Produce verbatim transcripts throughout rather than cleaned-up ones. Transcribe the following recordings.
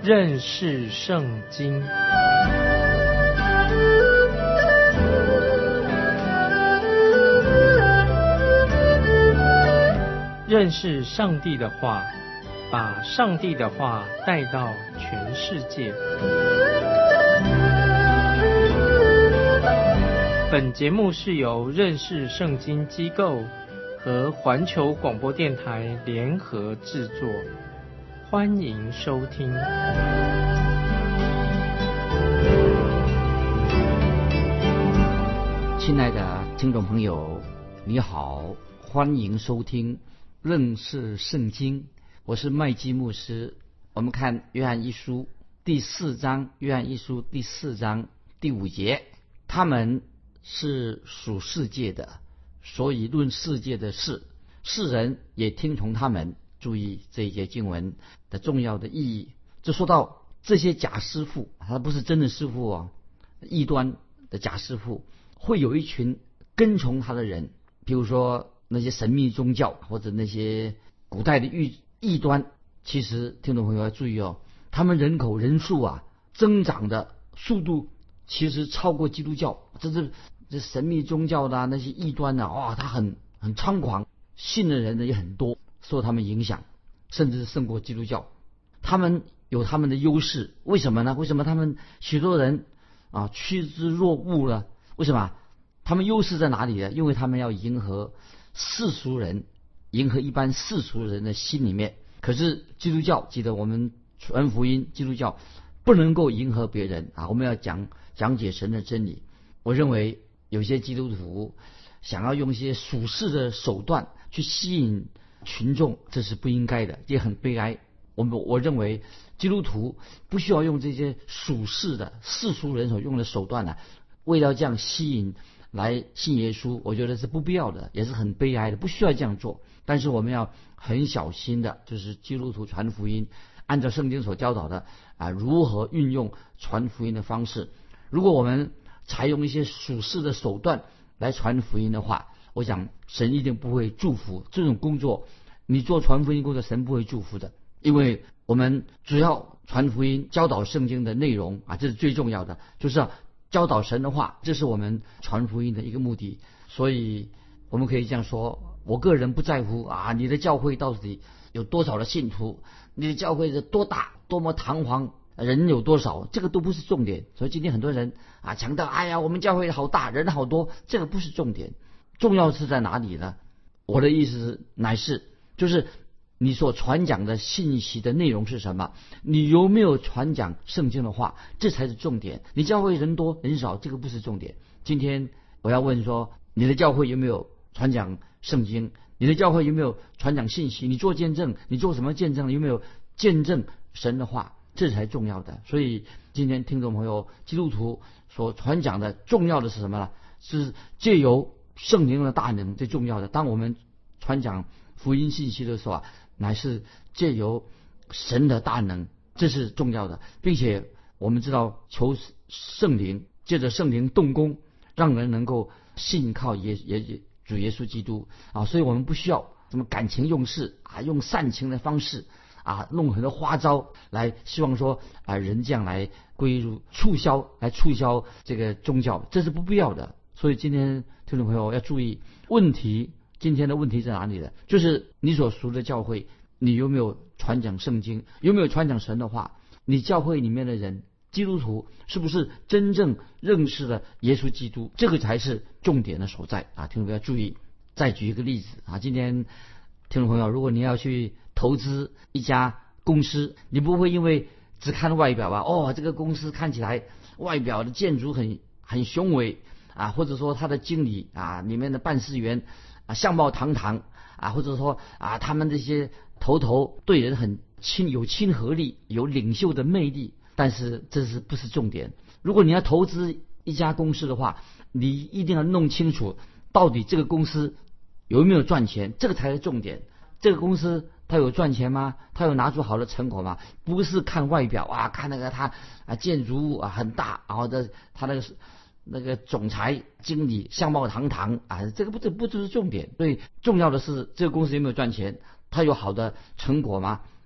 认识圣经。认识上帝的话，把上帝的话带到全世界。本节目是由认识圣经机构和环球广播电台联合制作，欢迎收听。 亲爱的听众朋友，你好，欢迎收听认识圣经，我是麦基牧师。我们看约翰一书第四章，约翰一书第四章第五节，他们是属世界的，所以论世界的事，世人也听从他们。注意这一节经文的重要的意义。这说到这些假师傅，他不是真的师傅啊，异端的假师傅，会有一群跟从他的人，比如说那些神秘宗教或者那些古代的异异端。其实听众朋友要注意哦，他们人口人数啊增长的速度其实超过基督教。这是这神秘宗教的、啊、那些异端啊，哇，他很很猖狂，信的人呢也很多，受他们影响，甚至胜过基督教。他们有他们的优势，为什么呢？为什么他们许多人啊趋之若鹜了？为什么？他们优势在哪里呢？因为他们要迎合世俗人，迎合一般世俗人的心里面。可是基督教，记得我们传福音，基督教不能够迎合别人啊！我们要讲讲解神的真理。我认为有些基督徒想要用一些属世的手段去吸引群众，这是不应该的，也很悲哀。我们我认为基督徒不需要用这些属世的世俗人所用的手段呢、啊，为了这样吸引来信耶稣，我觉得是不必要的，也是很悲哀的，不需要这样做。但是我们要很小心的，就是基督徒传福音，按照圣经所教导的啊，如何运用传福音的方式。如果我们采用一些属世的手段来传福音的话，我想神一定不会祝福这种工作。你做传福音工作，神不会祝福的，因为我们主要传福音、教导圣经的内容啊，这是最重要的，就是要教导神的话，这是我们传福音的一个目的。所以我们可以这样说，我个人不在乎啊，你的教会到底有多少的信徒，你的教会是多大、多么堂皇，人有多少，这个都不是重点。所以今天很多人啊强调，哎呀，我们教会好大，人好多，这个不是重点。重要是在哪里呢？我的意思乃是，就是你所传讲的信息的内容是什么？你有没有传讲圣经的话？这才是重点。你教会人多人少，这个不是重点。今天我要问说，你的教会有没有传讲圣经？你的教会有没有传讲信息？你做见证，你做什么见证？有没有见证神的话？这才重要的。所以今天听众朋友，基督徒所传讲的重要的是什么呢？是借由圣灵的大能，最重要的。当我们传讲福音信息的时候啊，乃是借由神的大能，这是重要的。并且我们知道，求圣灵，借着圣灵动工，让人能够信靠耶耶主耶稣基督啊。所以我们不需要什么感情用事啊，用煽情的方式啊，弄很多花招来希望说啊人这样来归入促销，来促销这个宗教，这是不必要的。所以今天听众朋友要注意问题，今天的问题在哪里呢？就是你所属的教会，你有没有传讲圣经，有没有传讲神的话？你教会里面的人，基督徒是不是真正认识了耶稣基督？这个才是重点的所在啊！听众朋友要注意。再举一个例子啊，今天听众朋友，如果你要去投资一家公司，你不会因为只看外表吧？哦，这个公司看起来外表的建筑很很雄伟啊，或者说他的经理啊，里面的办事员啊相貌堂堂啊，或者说啊他们这些头头对人很亲，有亲和力，有领袖的魅力。但是这是不是重点？如果你要投资一家公司的话，你一定要弄清楚到底这个公司有没有赚钱，这个才是重点。这个公司它有赚钱吗？它有拿出好的成果吗？不是看外表啊，看那个它啊建筑物啊很大，然后的它那个那个总裁经理相貌堂堂啊，这个不这不就是重点。所以重要的是这个公司有没有赚钱，它有好的成果吗？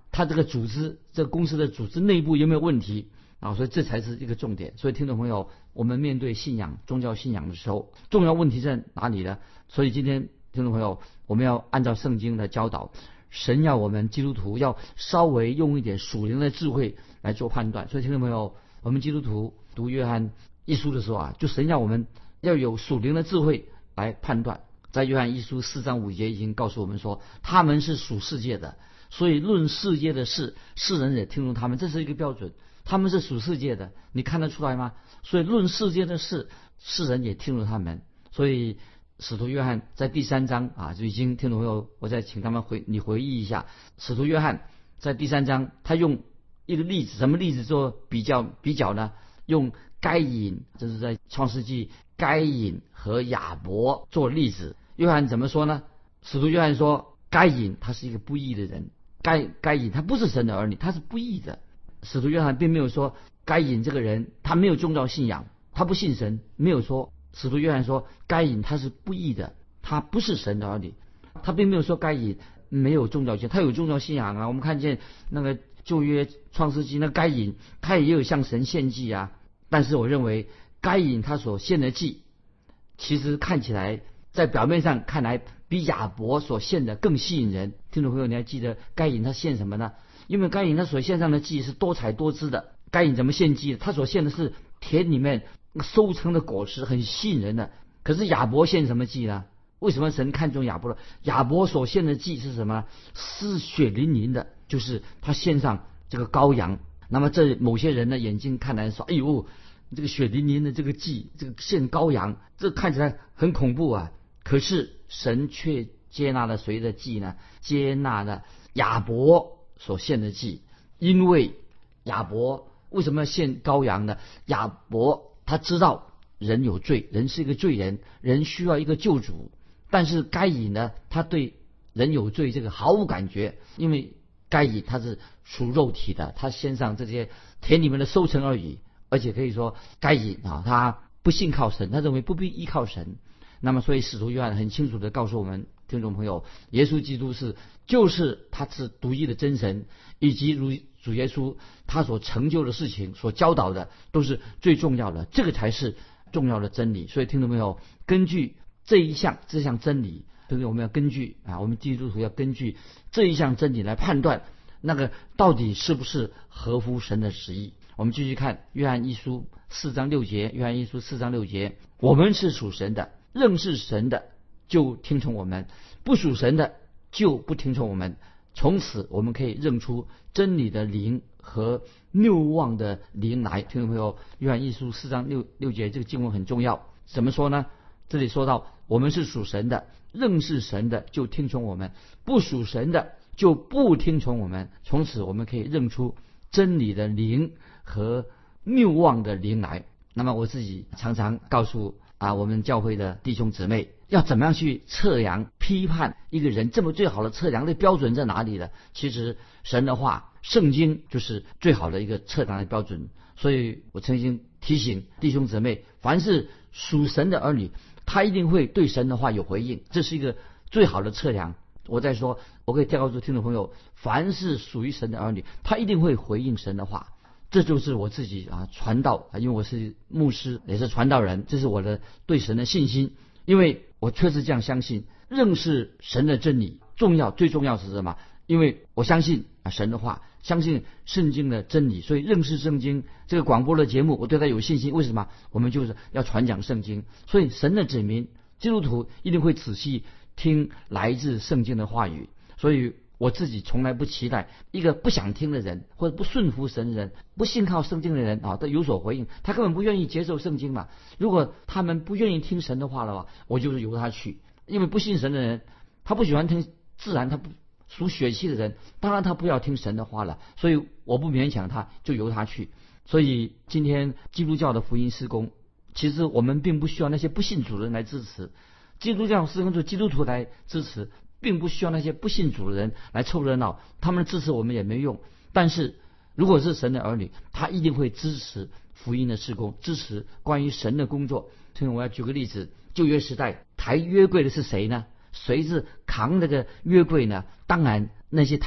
他这个组织，这个公司的组织内部有没有问题啊？所以这才是一个重点。所以听众朋友，我们面对信仰、宗教信仰的时候，重要问题在哪里呢？所以今天听众朋友，我们要按照圣经的教导，神要我们基督徒要稍微用一点属灵的智慧来做判断。所以听众朋友，我们基督徒读约翰一书的时候啊，就神要我们要有属灵的智慧来判断。在约翰一书四章五节已经告诉我们说，他们是属世界的，所以论世界的事，世人也听从他们，这是一个标准。他们是属世界的，你看得出来吗？所以论世界的事，世人也听从他们。所以使徒约翰在第三章啊，就已经听众朋友，我再请他们回你回忆一下，使徒约翰在第三章，他用一个例子，什么例子做比较比较呢？用该隐，这是在创世纪，该隐和亚伯做例子。约翰怎么说呢？使徒约翰说，该隐他是一个不义的人，该该隐他不是神的儿女，他是不义的。使徒约翰并没有说该隐这个人他没有宗教信仰，他不信神，没有说。使徒约翰说该隐他是不义的，他不是神的儿女。他并没有说该隐没有宗教信仰，他有宗教信仰啊。我们看见那个旧约创世纪，那该隐他也有向神献祭啊。但是我认为该隐他所献的祭，其实看起来在表面上看来比亚伯所献的更吸引人。听众朋友，你还记得该隐他献什么呢？因为该隐他所献上的祭是多彩多姿的。该隐怎么献祭？他所献的是田里面收成的果实，很吸引人的。可是亚伯献什么祭呢？为什么神看中亚伯了？亚伯所献的祭是什么？是血淋淋的，就是他献上这个羔羊。那么这某些人的眼睛看来说，哎呦，这个血淋淋的这个祭，这个献羔羊，这看起来很恐怖啊。可是神却接纳了谁的祭呢？接纳了亚伯所献的祭。因为亚伯为什么要献羔羊呢？亚伯他知道人有罪，人是一个罪人，人需要一个救主。但是该隐呢，他对人有罪这个毫无感觉，因为该隐他是属肉体的，他献上这些田里面的收成而已。而且可以说该隐啊，他不信靠神，他认为不必依靠神。那么所以使徒约翰很清楚地告诉我们听众朋友，耶稣基督是就是他是独一的真神，以及如主耶稣他所成就的事情所教导的都是最重要的，这个才是重要的真理。所以听众朋友，根据这一项这项真理，对不对？我们要根据啊，我们基督徒要根据这一项真理来判断那个到底是不是合乎神的旨意。我们继续看约翰一书四章六节，约翰一书四章六节，我们是属神的，认识神的就听从我们，不属神的就不听从我们。从此我们可以认出真理的灵和谬妄的灵来。听众朋友，约翰一书四章六六节这个经文很重要。怎么说呢？这里说到我们是属神的，认识神的就听从我们，不属神的就不听从我们。从此我们可以认出真理的灵和谬妄的灵来。那么我自己常常告诉啊我们教会的弟兄姊妹，要怎么样去测量批判一个人，这么最好的测量的标准在哪里呢？其实神的话，圣经就是最好的一个测量的标准。所以我曾经提醒弟兄姊妹，凡是属神的儿女，他一定会对神的话有回应，这是一个最好的测量。我再说，我可以告诉听众朋友，凡是属于神的儿女，他一定会回应神的话。这就是我自己啊传道，因为我是牧师也是传道人，这是我的对神的信心。因为我确实这样相信，认识神的真理重要，最重要是什么？因为我相信啊神的话，相信圣经的真理，所以认识圣经这个广播的节目，我对它有信心。为什么？我们就是要传讲圣经，所以神的子民基督徒一定会仔细听来自圣经的话语。所以我自己从来不期待一个不想听的人，或者不顺服神的人，不信靠圣经的人啊，都有所回应。他根本不愿意接受圣经嘛。如果他们不愿意听神的话的话，我就是由他去。因为不信神的人，他不喜欢听，自然他不属血气的人，当然他不要听神的话了。所以我不勉强他，就由他去。所以今天基督教的福音事工，其实我们并不需要那些不信主的人来支持，基督教事工就基督徒来支持，并不需要那些不信主的人来凑热闹，他们支持我们也没用。但是如果是神的儿女，他一定会支持福音的事工，支持关于神的工作。所以我要举个例子，旧约时代抬约柜的是谁呢？谁是扛这个约柜呢？当然那些抬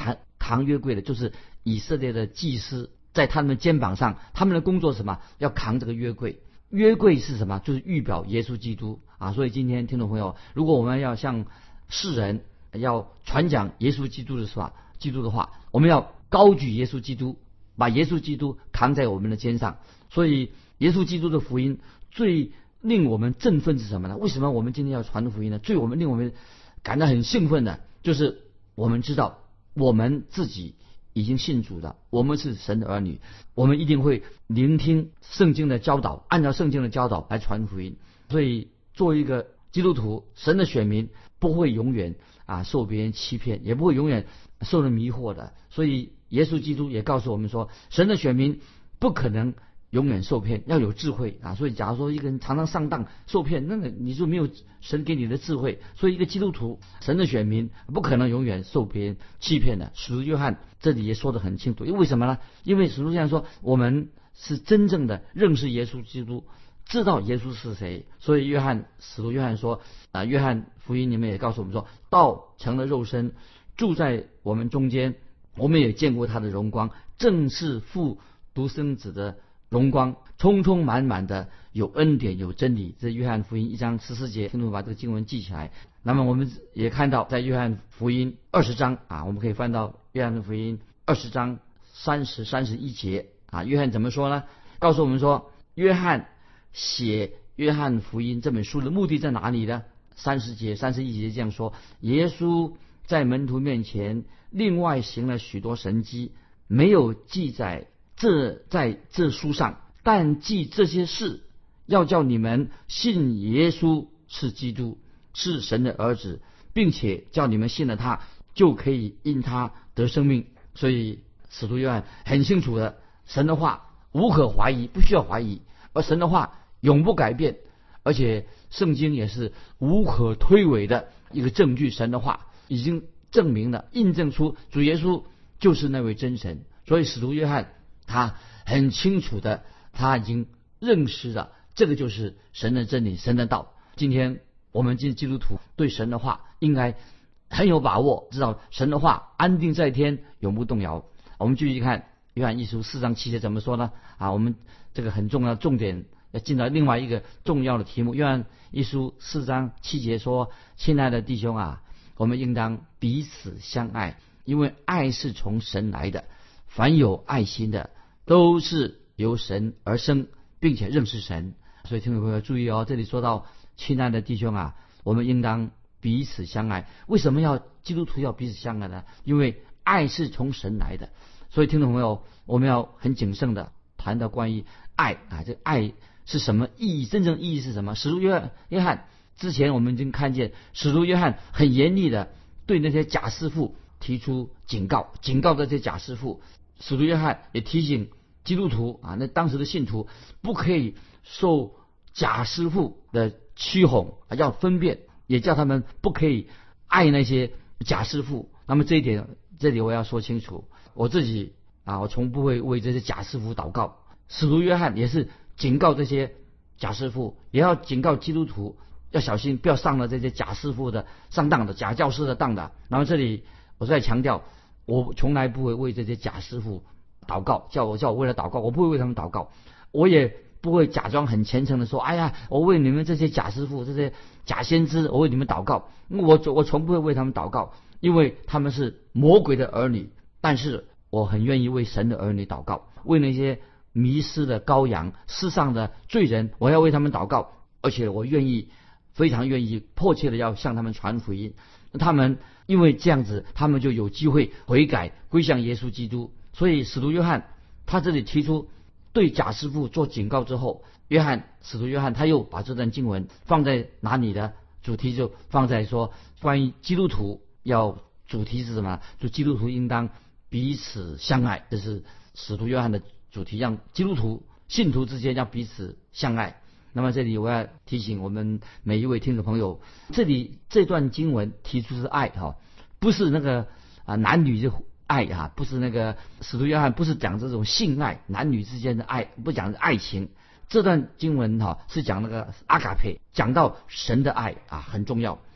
扛约柜的就是以色列的祭司，在他们的肩膀上，他们的工作是什么？要扛这个约柜。约柜是什么？就是预表耶稣基督啊。所以今天听众朋友，如果我们要向世人要传讲耶稣基督的话，基督的话，我们要高举耶稣基督，把耶稣基督扛在我们的肩上。所以耶稣基督的福音最令我们振奋是什么呢？为什么我们今天要传福音呢？最我们令我们感到很兴奋的，就是我们知道我们自己已经信主了，我们是神的儿女，我们一定会聆听圣经的教导，按照圣经的教导来传福音。所以作为一个基督徒，神的选民不会永远啊受别人欺骗，也不会永远受人迷惑的。所以耶稣基督也告诉我们说，神的选民不可能永远受骗，要有智慧啊！所以，假如说一个人常常上当受骗，那个你就没有神给你的智慧。所以，一个基督徒，神的选民不可能永远受别人欺骗的。使徒约翰这里也说得很清楚，因为什么呢？因为使徒约翰说，我们是真正的认识耶稣基督，知道耶稣是谁。所以，约翰使徒约翰说啊，约翰福音里面也告诉我们说，道成了肉身，住在我们中间，我们也见过他的荣光，正是父独生子的荣光，充充满满的有恩典有真理。这是约翰福音一章十四节，听众把这个经文记起来。那么我们也看到在约翰福音二十章啊，我们可以翻到约翰福音二十章三十三十一节啊。约翰怎么说呢？告诉我们说，约翰写约翰福音这本书的目的在哪里呢？三十节三十一节这样说：耶稣在门徒面前另外行了许多神迹，没有记载这在这书上，但记这些事，要叫你们信耶稣是基督，是神的儿子，并且叫你们信了他，就可以因他得生命。所以使徒约翰很清楚的，神的话无可怀疑，不需要怀疑，而神的话永不改变，而且圣经也是无可推诿的一个证据。神的话已经证明了，印证出主耶稣就是那位真神。所以使徒约翰他很清楚的，他已经认识了这个就是神的真理，神的道。今天我们基督徒对神的话应该很有把握，知道神的话安定在天，永不动摇。我们继续看约翰一书四章七节怎么说呢？啊，我们这个很重要的重点要进到另外一个重要的题目。约翰一书四章七节说：亲爱的弟兄啊，我们应当彼此相爱，因为爱是从神来的，凡有爱心的都是由神而生，并且认识神。所以听众朋友注意哦，这里说到亲爱的弟兄啊，我们应当彼此相爱。为什么要基督徒要彼此相爱呢？因为爱是从神来的。所以听众朋友，我们要很谨慎的谈到关于爱啊，这爱是什么意义？真正意义是什么？使徒约翰约翰之前我们已经看见，使徒约翰很严厉的对那些假师傅提出警告，警告这些假师傅。使徒约翰也提醒基督徒啊，那当时的信徒不可以受假师傅的欺哄，要分辨，也叫他们不可以爱那些假师傅。那么这一点，这里我要说清楚，我自己啊，我从不会为这些假师傅祷告。使徒约翰也是警告这些假师傅，也要警告基督徒要小心，不要上了这些假师傅的上当的假教师的当的。然后这里我再强调，我从来不会为这些假师傅祷告，叫我叫我为了祷告，我不会为他们祷告，我也不会假装很虔诚的说，哎呀，我为你们这些假师傅、这些假先知，我为你们祷告。我我从不会为他们祷告，因为他们是魔鬼的儿女。但是我很愿意为神的儿女祷告，为那些迷失的羔羊、世上的罪人，我要为他们祷告，而且我愿意，非常愿意，迫切的要向他们传福音。他们因为这样子，他们就有机会悔改，归向耶稣基督。所以使徒约翰他这里提出对假师傅做警告之后，约翰使徒约翰他又把这段经文放在哪里的主题，就放在说关于基督徒要主题是什么？就基督徒应当彼此相爱，这是使徒约翰的主题，让基督徒信徒之间要彼此相爱。那么这里我要提醒我们每一位听众朋友，这里这段经文提出是爱哈，不是那个啊男女的爱哈，不是那个使徒约翰不是讲这种性爱，男女之间的爱，不讲爱情。这段经文哈是讲那个阿嘎佩，讲到神的爱啊很重要。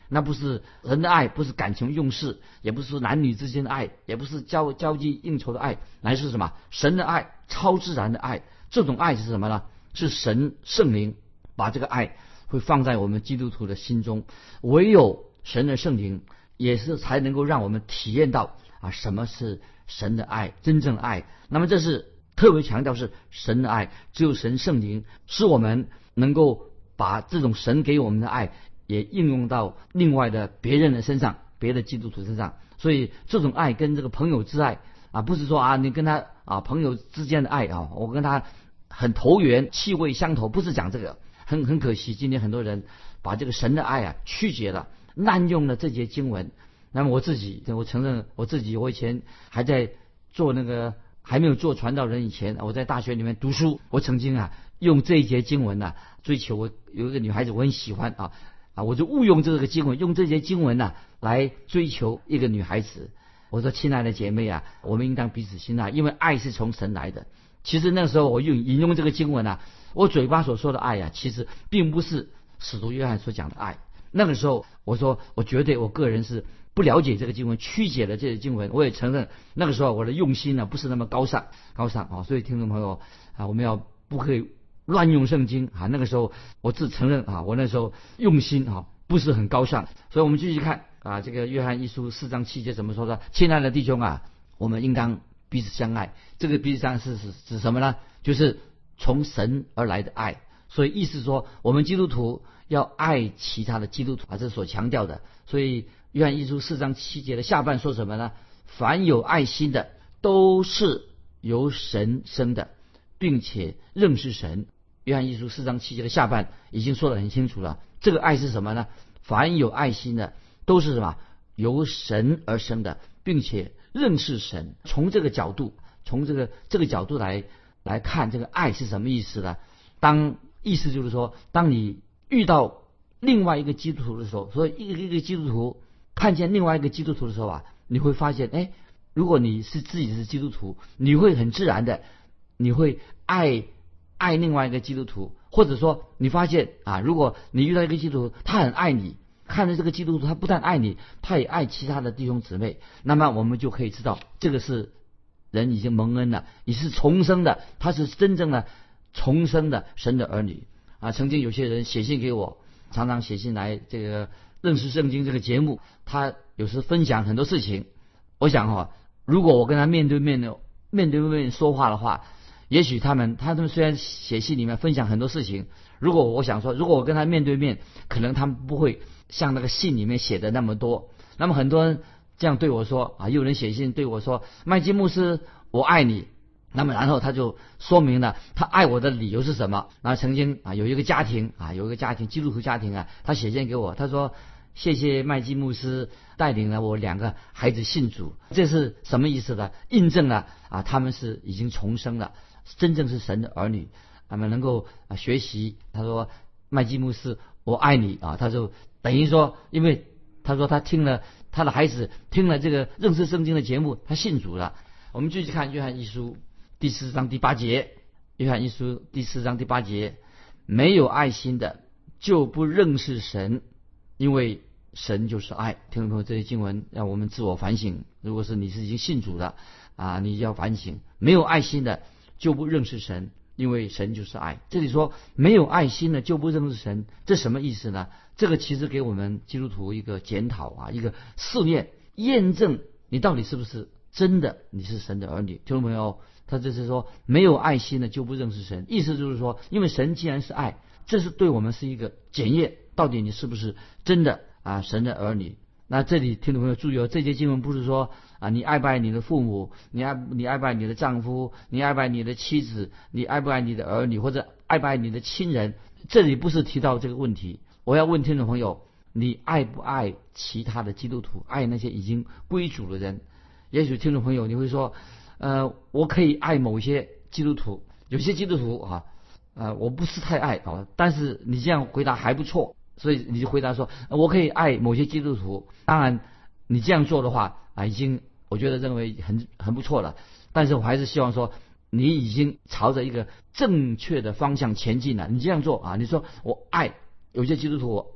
那不是人的爱，不是感情用事，也不是男女之间的爱，也不是交交际应酬的爱，乃是什么？神的爱，超自然的爱。这种爱是什么呢？是神圣灵把这个爱会放在我们基督徒的心中，唯有神的圣灵也是才能够让我们体验到啊什么是神的爱，真正的爱。那么这是特别强调是神的爱，只有神圣灵使我们能够把这种神给我们的爱也应用到另外的别人的身上，别的基督徒身上。所以这种爱跟这个朋友之爱啊，不是说啊你跟他啊朋友之间的爱啊，我跟他很投缘，气味相投，不是讲这个。很很可惜，今天很多人把这个神的爱啊曲解了，滥用了这节经文。那么我自己，我承认我自己，我以前还在做那个还没有做传道人以前，我在大学里面读书，我曾经啊用这一节经文啊追求我有一个女孩子，我很喜欢啊啊，我就误用这个经文，用这节经文啊来追求一个女孩子。我说亲爱的姐妹啊，我们应当彼此相爱，因为爱是从神来的。其实那时候我用引用这个经文啊，我嘴巴所说的爱啊，其实并不是使徒约翰所讲的爱。那个时候我说我绝对我个人是不了解这个经文，曲解了这个经文。我也承认那个时候我的用心呢、啊、不是那么高尚高尚啊，所以听众朋友啊，我们要不可以乱用圣经啊。那个时候我自承认啊，我那时候用心啊不是很高尚。所以我们继续看啊，这个约翰一书四章七节怎么说的？亲爱的弟兄啊，我们应当彼此相爱。这个彼此相爱是指什么呢？就是从神而来的爱。所以意思说我们基督徒要爱其他的基督徒啊，这是所强调的。所以约翰一书四章七节的下半说什么呢？凡有爱心的都是由神生的，并且认识神。约翰一书四章七节的下半已经说得很清楚了。这个爱是什么呢？凡有爱心的都是什么？由神而生的，并且认识神。从这个角度，从这个这个角度来来看，这个爱是什么意思呢？当意思就是说，当你遇到另外一个基督徒的时候，所以一个一个基督徒看见另外一个基督徒的时候啊，你会发现，哎，如果你是自己是基督徒，你会很自然的，你会爱爱另外一个基督徒，或者说你发现啊，如果你遇到一个基督徒，他很爱你，看着这个基督徒，他不但爱你，他也爱其他的弟兄姊妹，那么我们就可以知道，这个是人已经蒙恩了，你是重生的，他是真正的重生的神的儿女啊。曾经有些人写信给我，常常写信来这个认识圣经这个节目，他有时分享很多事情。我想哈、哦，如果我跟他面对面的面对面说话的话，也许他们他们虽然写信里面分享很多事情，如果我想说，如果我跟他面对面，可能他们不会像那个信里面写的那么多。那么很多人这样对我说啊，有人写信对我说，麦基牧师，我爱你。那么然后他就说明了他爱我的理由是什么。那曾经啊有一个家庭啊有一个家庭基督徒家庭啊，他写信给我，他说谢谢麦基牧师带领了我两个孩子信主。这是什么意思呢？印证了啊他们是已经重生了，真正是神的儿女，那么能够啊学习。他说麦基牧师我爱你啊，他就等于说，因为他说他听了他的孩子听了这个认识圣经的节目，他信主了。我们继续看约翰一书第四章第八节，约翰一书第四章第八节，没有爱心的就不认识神，因为神就是爱。听众朋友，这些经文让我们自我反省。如果是你是已经信主了啊，你要反省，没有爱心的就不认识神，因为神就是爱。这里说没有爱心的就不认识神，这什么意思呢？这个其实给我们基督徒一个检讨啊，一个试验，验证你到底是不是真的你是神的儿女。听众朋友，他这是说没有爱心的就不认识神，意思就是说，因为神既然是爱，这是对我们是一个检验，到底你是不是真的啊神的儿女。那这里听众朋友注意哦，这节经文不是说啊你爱不爱你的父母，你爱你爱不爱你的丈夫，你爱不爱你的妻子，你爱不爱你的儿女，或者爱不爱你的亲人，这里不是提到这个问题。我要问听众朋友，你爱不爱其他的基督徒，爱那些已经归主的人？也许听众朋友你会说，呃，我可以爱某些基督徒，有些基督徒啊，呃，我不是太爱啊，但是你这样回答还不错，所以你就回答说，我可以爱某些基督徒。当然，你这样做的话啊，已经我觉得认为很很不错了。但是我还是希望说，你已经朝着一个正确的方向前进了。你这样做啊，你说我爱有些基督徒，我爱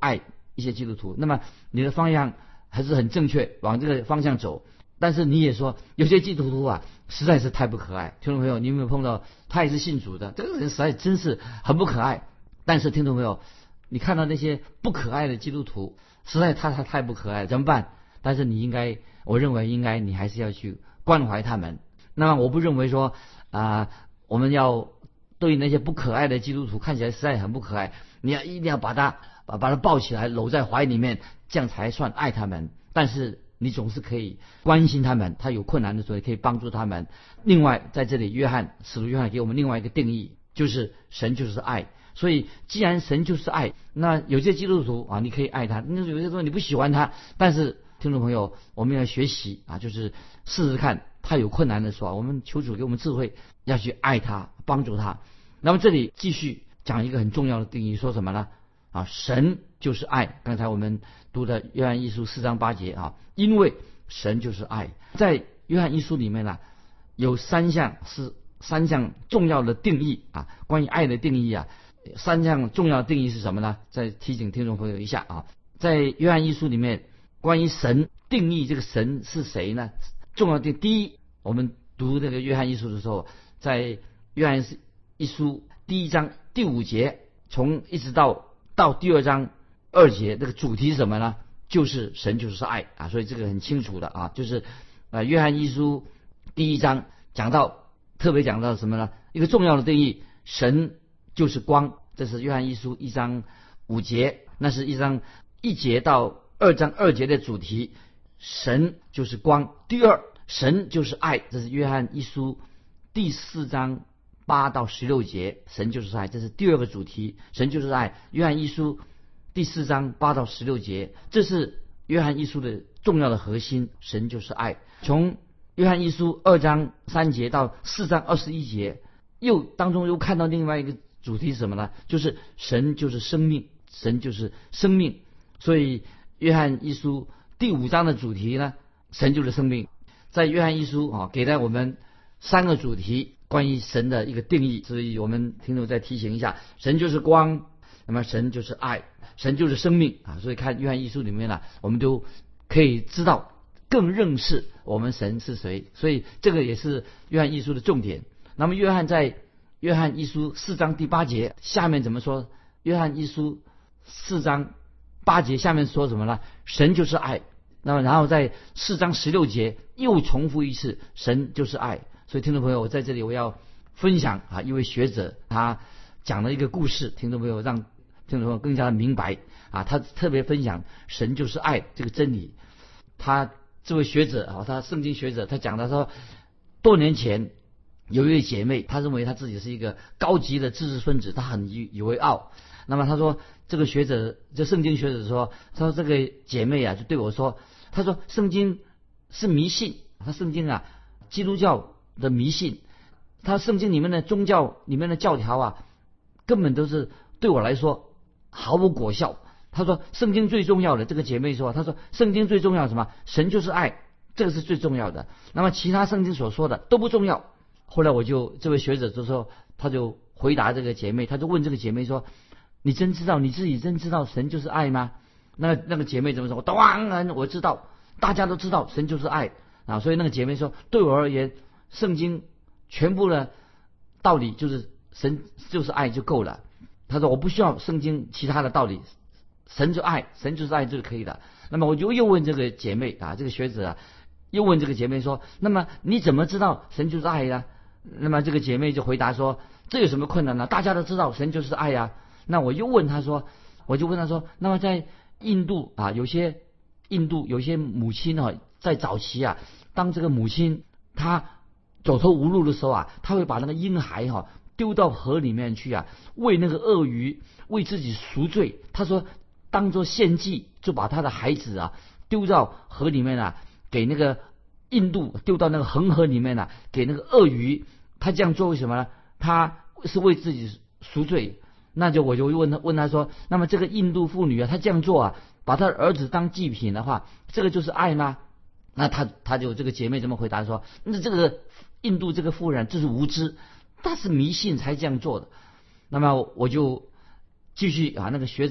一些基督徒，那么你的方向还是很正确，往这个方向走。但是你也说有些基督徒啊实在是太不可爱。听众朋友，你有没有碰到他也是信主的，这个人实在真是很不可爱。但是听众朋友，你看到那些不可爱的基督徒，实在他他太不可爱了，怎么办？但是你应该，我认为应该你还是要去关怀他们。那么我不认为说啊、呃，我们要对那些不可爱的基督徒看起来实在很不可爱，你要一定要把他把把他抱起来搂在怀里面，这样才算爱他们。但是你总是可以关心他们，他有困难的时候也可以帮助他们。另外在这里，约翰使徒约翰给我们另外一个定义，就是神就是爱。所以既然神就是爱，那有些基督徒啊，你可以爱他，那有些时候你不喜欢他，但是听众朋友，我们要学习啊，就是试试看，他有困难的时候，我们求主给我们智慧，要去爱他，帮助他。那么这里继续讲一个很重要的定义，说什么呢？啊，神就是爱。刚才我们读的约翰一书四章八节啊，因为神就是爱。在约翰一书里面呢、啊，有三项是三项重要的定义啊，关于爱的定义啊，三项重要的定义是什么呢？再提醒听众朋友一下啊，在约翰一书里面，关于神定义这个神是谁呢？重要的第一，我们读这个约翰一书的时候，在约翰一书第一章第五节，从一直到到第二章二节，这个主题是什么呢？就是神就是爱啊，所以这个很清楚的啊，就是呃约翰一书第一章讲到，特别讲到什么呢？一个重要的定义，神就是光，这是约翰一书一章五节，那是一章一节到二章二节的主题，神就是光。第二，神就是爱，这是约翰一书第四章八到十六节，神就是爱，这是第二个主题，神就是爱。约翰一书第四章八到十六节，这是约翰一书的重要的核心，神就是爱。从约翰一书二章三节到四章二十一节，又当中又看到另外一个主题是什么呢？就是神就是生命，神就是生命。所以约翰一书第五章的主题呢，神就是生命。在约翰一书啊，给了我们三个主题，关于神的一个定义。所以我们听众再提醒一下，神就是光，那么神就是爱，神就是生命啊。所以看约翰一书里面呢、啊，我们都可以知道，更认识我们神是谁。所以这个也是约翰一书的重点。那么约翰在约翰一书四章第八节下面怎么说？约翰一书四章八节下面说什么呢？神就是爱。那么然后在四章十六节又重复一次，神就是爱。所以听众朋友，我在这里我要分享啊，一位学者他讲了一个故事，听众朋友让听众朋友更加的明白啊，他特别分享神就是爱这个真理。他这位学者啊，他圣经学者，他讲的说，多年前有一位姐妹，她认为她自己是一个高级的知识分子，她很以以为傲。那么她说，这个学者，这圣经学者说，他说这个姐妹啊，就对我说，他说圣经是迷信，他圣经啊，基督教的迷信，他圣经里面的宗教里面的教条啊，根本都是对我来说毫无果效。他说圣经最重要的，这个姐妹说，他说圣经最重要的什么？神就是爱，这个是最重要的。那么其他圣经所说的都不重要。后来我就这位学者就说，他就回答这个姐妹，他就问这个姐妹说，你真知道你自己真知道神就是爱吗？那那个姐妹怎么说？当然我知道，大家都知道神就是爱啊。所以那个姐妹说，对我而言，圣经全部的道理就是神就是爱就够了。他说我不需要圣经其他的道理，神就爱，神就是爱就可以了。那么我就又问这个姐妹啊，这个学者啊，又问这个姐妹说，那么你怎么知道神就是爱呢？那么这个姐妹就回答说，这有什么困难呢？大家都知道神就是爱呀。那我又问她说，我就问她说，那么在印度啊，有些印度有些母亲啊，在早期啊，当这个母亲她走投无路的时候啊，她会把那个婴孩哈、啊、丢到河里面去啊，喂那个鳄鱼，为自己赎罪。她说当做献祭，就把她的孩子啊丢到河里面啊，给那个印度丢到那个恒河里面啊，给那个鳄鱼。她这样做为什么呢？她是为自己赎罪。那就我就问他问他说，那么这个印度妇女啊，她这样做啊，把她的儿子当祭品的话，这个就是爱吗？那他他就这个姐妹这么回答说，那这个印度这个妇人就是无知，她是迷信才这样做的。那么我就继续啊，那个学者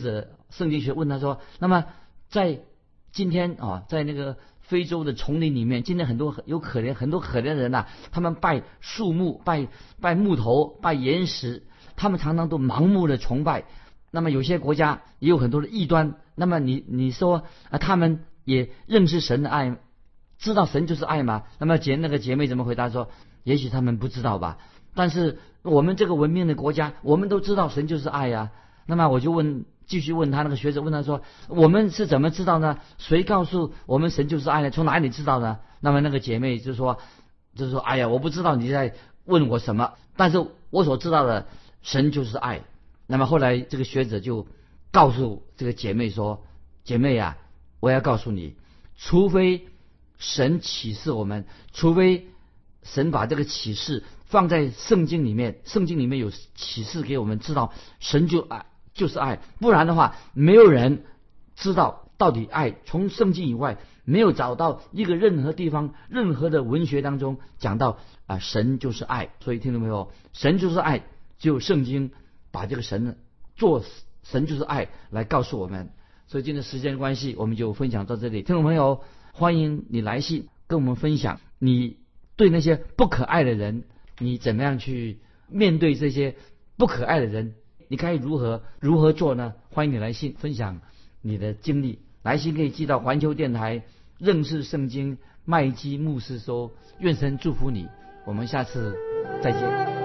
圣经学问他说，那么在今天啊，在那个非洲的丛林里面，今天很多有可怜很多可怜的人呐、啊，他们拜树木、拜拜木头、拜岩石，他们常常都盲目的崇拜。那么有些国家也有很多的异端。那么你你说啊，他们也认识神的爱，知道神就是爱吗？那么姐那个姐妹怎么回答说，也许他们不知道吧。但是我们这个文明的国家，我们都知道神就是爱呀、啊。那么我就问，继续问他那个学者，问他说，我们是怎么知道呢？谁告诉我们神就是爱呢？从哪里知道呢？那么那个姐妹就说，就说，哎呀，我不知道你在问我什么，但是我所知道的，神就是爱。那么后来这个学者就告诉这个姐妹说，姐妹啊，我要告诉你，除非神启示我们，除非神把这个启示放在圣经里面，圣经里面有启示给我们知道神就爱就是爱，不然的话没有人知道到底爱。从圣经以外没有找到一个任何地方任何的文学当中讲到啊、呃、神就是爱。所以听到没有，神就是爱，只有圣经把这个神做神就是爱来告诉我们。所以今天时间关系，我们就分享到这里。听众朋友，欢迎你来信跟我们分享你对那些不可爱的人，你怎么样去面对这些不可爱的人，你该如何如何做呢？欢迎你来信分享你的经历。来信可以寄到环球电台认识圣经麦基牧师收。愿神祝福你，我们下次再见。